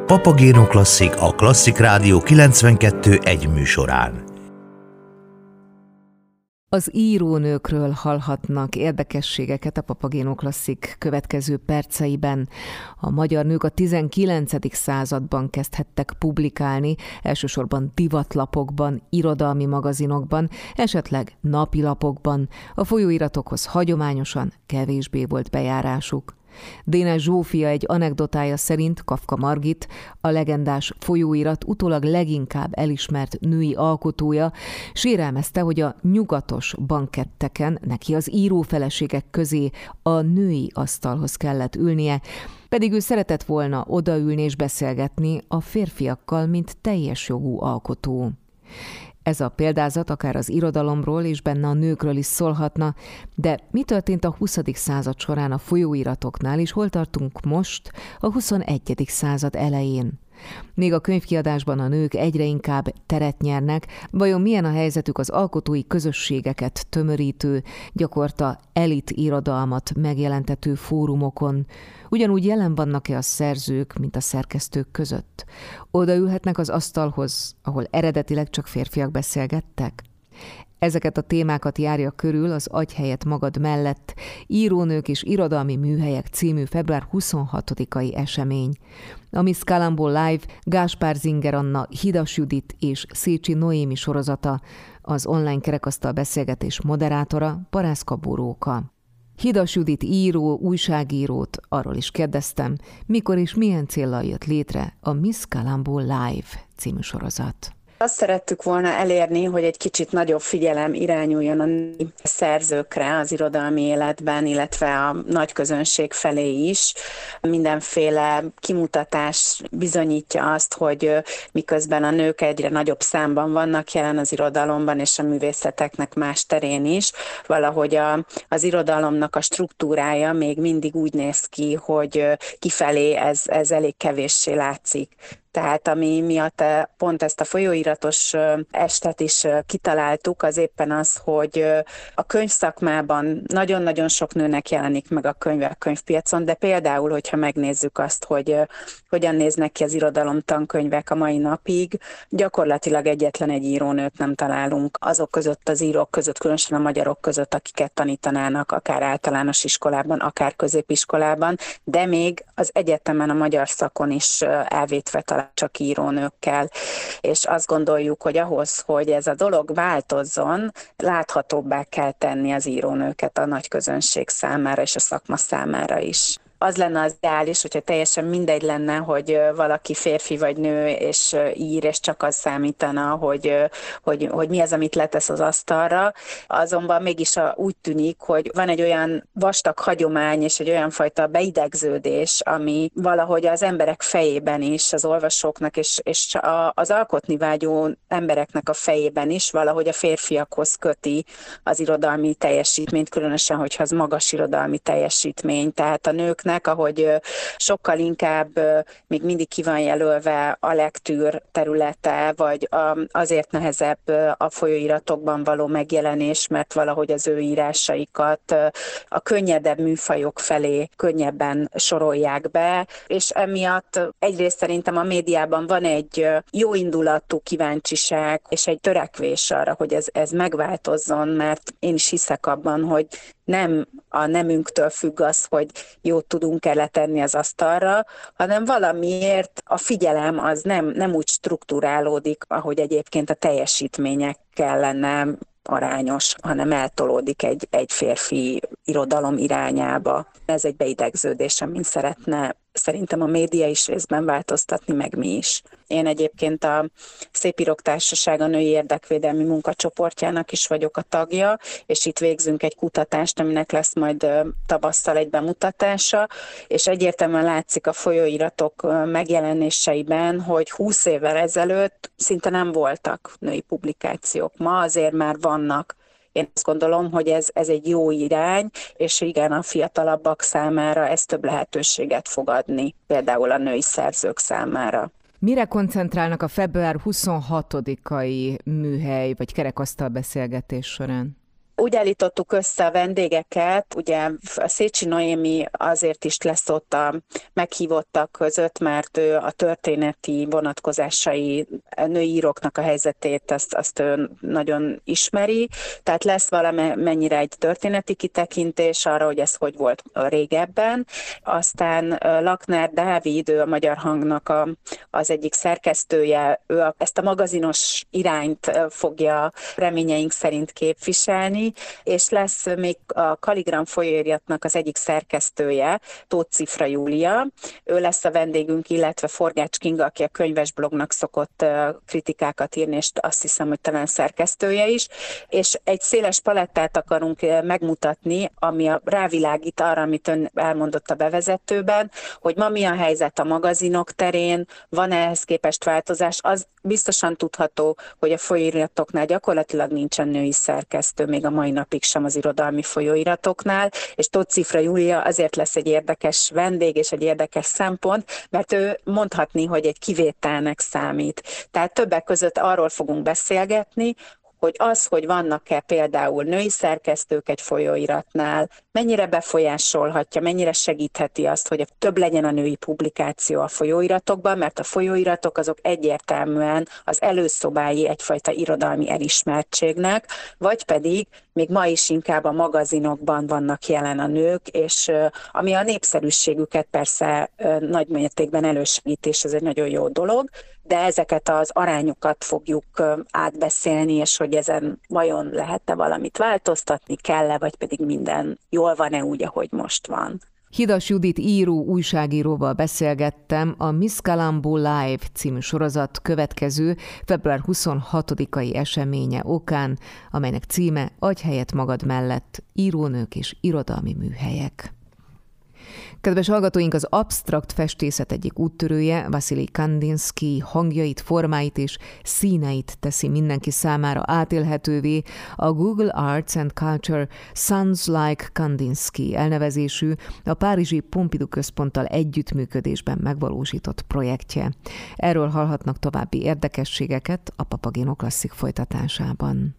Papagéno Klasszik a Klasszik Rádió 92.1 műsorán. Az írónőkről hallhatnak érdekességeket a Papagéno Klasszik következő perceiben. A magyar nők a 19. században kezdhettek publikálni, elsősorban divatlapokban, irodalmi magazinokban, esetleg napilapokban. A folyóiratokhoz hagyományosan kevésbé volt bejárásuk. Dénes Zsófia egy anekdotája szerint Kafka Margit, a legendás folyóirat utólag leginkább elismert női alkotója, sérelmezte, hogy a nyugatos banketteken neki az írófeleségek közé a női asztalhoz kellett ülnie, pedig ő szeretett volna odaülni és beszélgetni a férfiakkal, mint teljes jogú alkotó. Ez a példázat akár az irodalomról és benne a nőkről is szólhatna, de mi történt a 20. század során a folyóiratoknál, és hol tartunk most a 21. század elején? Még a könyvkiadásban a nők egyre inkább teret nyernek, vajon milyen a helyzetük az alkotói közösségeket tömörítő, gyakorta elit irodalmat megjelentető fórumokon? Ugyanúgy jelen vannak-e a szerzők, mint a szerkesztők között? Odaülhetnek az asztalhoz, ahol eredetileg csak férfiak beszélgettek? Ezeket a témákat járja körül az Adj helyet magad mellett Írónők és irodalmi műhelyek című február 26-ai esemény. A Miss Calambo Live Gáspár Zinger Anna, Hidas Judit és Szécsi Noémi sorozata, az online kerekasztal beszélgetés moderátora Parászka Boróka. Hidas Judit író, újságírót arról is kérdeztem, mikor és milyen céllal jött létre a Miss Calambo Live című sorozat. Azt szerettük volna elérni, hogy egy kicsit nagyobb figyelem irányuljon a szerzőkre az irodalmi életben, illetve a nagy közönség felé is. Mindenféle kimutatás bizonyítja azt, hogy miközben a nők egyre nagyobb számban vannak jelen az irodalomban és a művészeteknek más terén is, valahogy az irodalomnak a struktúrája még mindig úgy néz ki, hogy kifelé ez elég kevéssé látszik. Tehát ami miatt pont ezt a folyóiratos estet is kitaláltuk, az éppen az, hogy a könyvszakmában nagyon-nagyon sok nőnek jelenik meg a könyvpiacon, de például, hogyha megnézzük azt, hogy hogyan néznek ki az irodalomtankönyvek a mai napig, gyakorlatilag egyetlen egy írónőt nem találunk azok között, az írók között, különösen a magyarok között, akiket tanítanának akár általános iskolában, akár középiskolában, de még az egyetemen, a magyar szakon is elvétve találunk csak írónőkkel, és azt gondoljuk, hogy ahhoz, hogy ez a dolog változzon, láthatóbbá kell tenni az írónőket a nagy közönség számára és a szakma számára is. Az lenne az ideális, hogyha teljesen mindegy lenne, hogy valaki férfi vagy nő, és ír, és csak az számítana, hogy mi az, amit letesz az asztalra. Azonban mégis úgy tűnik, hogy van egy olyan vastag hagyomány, és egy olyan fajta beidegződés, ami valahogy az emberek fejében is, az olvasóknak, és az alkotni vágyó embereknek a fejében is valahogy a férfiakhoz köti az irodalmi teljesítményt, különösen, hogyha az magas irodalmi teljesítmény. Tehát a nők, ahogy sokkal inkább még mindig ki van jelölve a lektűr területe, vagy azért nehezebb a folyóiratokban való megjelenés, mert valahogy az ő írásaikat a könnyedebb műfajok felé könnyebben sorolják be, és emiatt egyrészt szerintem a médiában van egy jóindulatú kíváncsiság, és egy törekvés arra, hogy ez megváltozzon, mert én is hiszek abban, hogy nem a nemünktől függ az, hogy jót tudunk-e letenni az asztalra, hanem valamiért a figyelem az nem úgy strukturálódik, ahogy egyébként a teljesítmények kellene arányos, hanem eltolódik egy férfi irodalom irányába. Ez egy beidegződés, amin szeretne szerintem a média is részben változtatni, meg mi is. Én egyébként a Szépírók Társasága női érdekvédelmi munkacsoportjának is vagyok a tagja, és itt végzünk egy kutatást, aminek lesz majd tavasszal egy bemutatása, és egyértelműen látszik a folyóiratok megjelenéseiben, hogy 20 évvel ezelőtt szinte nem voltak női publikációk. Ma azért már vannak. Én azt gondolom, hogy ez egy jó irány, és igen, a fiatalabbak számára ez több lehetőséget fog adni, például a női szerzők számára. Mire koncentrálnak a február 26-ai műhely vagy kerekasztal beszélgetés során? Úgy állítottuk össze a vendégeket, ugye a Szécsi Noémi azért is lesz ott a meghívottak között, mert ő a történeti vonatkozásai, női íróknak a helyzetét, azt ő nagyon ismeri, tehát lesz valamennyire egy történeti kitekintés arra, hogy ez hogy volt régebben. Aztán Lakner Dávid, ő a Magyar Hangnak az egyik szerkesztője, ő ezt a magazinos irányt fogja reményeink szerint képviselni, és lesz még a Kaligram folyóiratnak az egyik szerkesztője, Tóth Cifra Júlia. Ő lesz a vendégünk, illetve Forgács Kinga, aki a könyvesblognak szokott kritikákat írni, és azt hiszem, hogy talán szerkesztője is. És egy széles palettát akarunk megmutatni, ami rávilágít arra, amit ön elmondott a bevezetőben, hogy ma mi a helyzet a magazinok terén, van ehhez képest változás. Az biztosan tudható, hogy a folyóiratoknál gyakorlatilag nincsen női szerkesztő, még a mai napig sem az irodalmi folyóiratoknál, és Tóth Cifra Júlia azért lesz egy érdekes vendég és egy érdekes szempont, mert ő mondhatni, hogy egy kivételnek számít. Tehát többek között arról fogunk beszélgetni, hogy az, hogy vannak-e például női szerkesztők egy folyóiratnál, mennyire befolyásolhatja, mennyire segítheti azt, hogy több legyen a női publikáció a folyóiratokban, mert a folyóiratok azok egyértelműen az előszobái egyfajta irodalmi elismertségnek, vagy pedig még ma is inkább a magazinokban vannak jelen a nők, és ami a népszerűségüket persze nagy mértékben elősegít, és ez egy nagyon jó dolog, de ezeket az arányokat fogjuk átbeszélni, és hogy ezen vajon lehet-e valamit változtatni, kell-e, vagy pedig minden jól van-e úgy, ahogy most van. Hidas Judit író, újságíróval beszélgettem a Miss Colombo Live című sorozat következő február 26-ai eseménye okán, amelynek címe Adj helyet magad mellett, írónők és irodalmi műhelyek. Kedves hallgatóink, az absztrakt festészet egyik úttörője, Vasilij Kandinsky hangjait, formáit és színeit teszi mindenki számára átélhetővé a Google Arts and Culture Sounds Like Kandinsky elnevezésű, a párizsi Pompidou központtal együttműködésben megvalósított projektje. Erről hallhatnak további érdekességeket a Papagéno Klasszik folytatásában.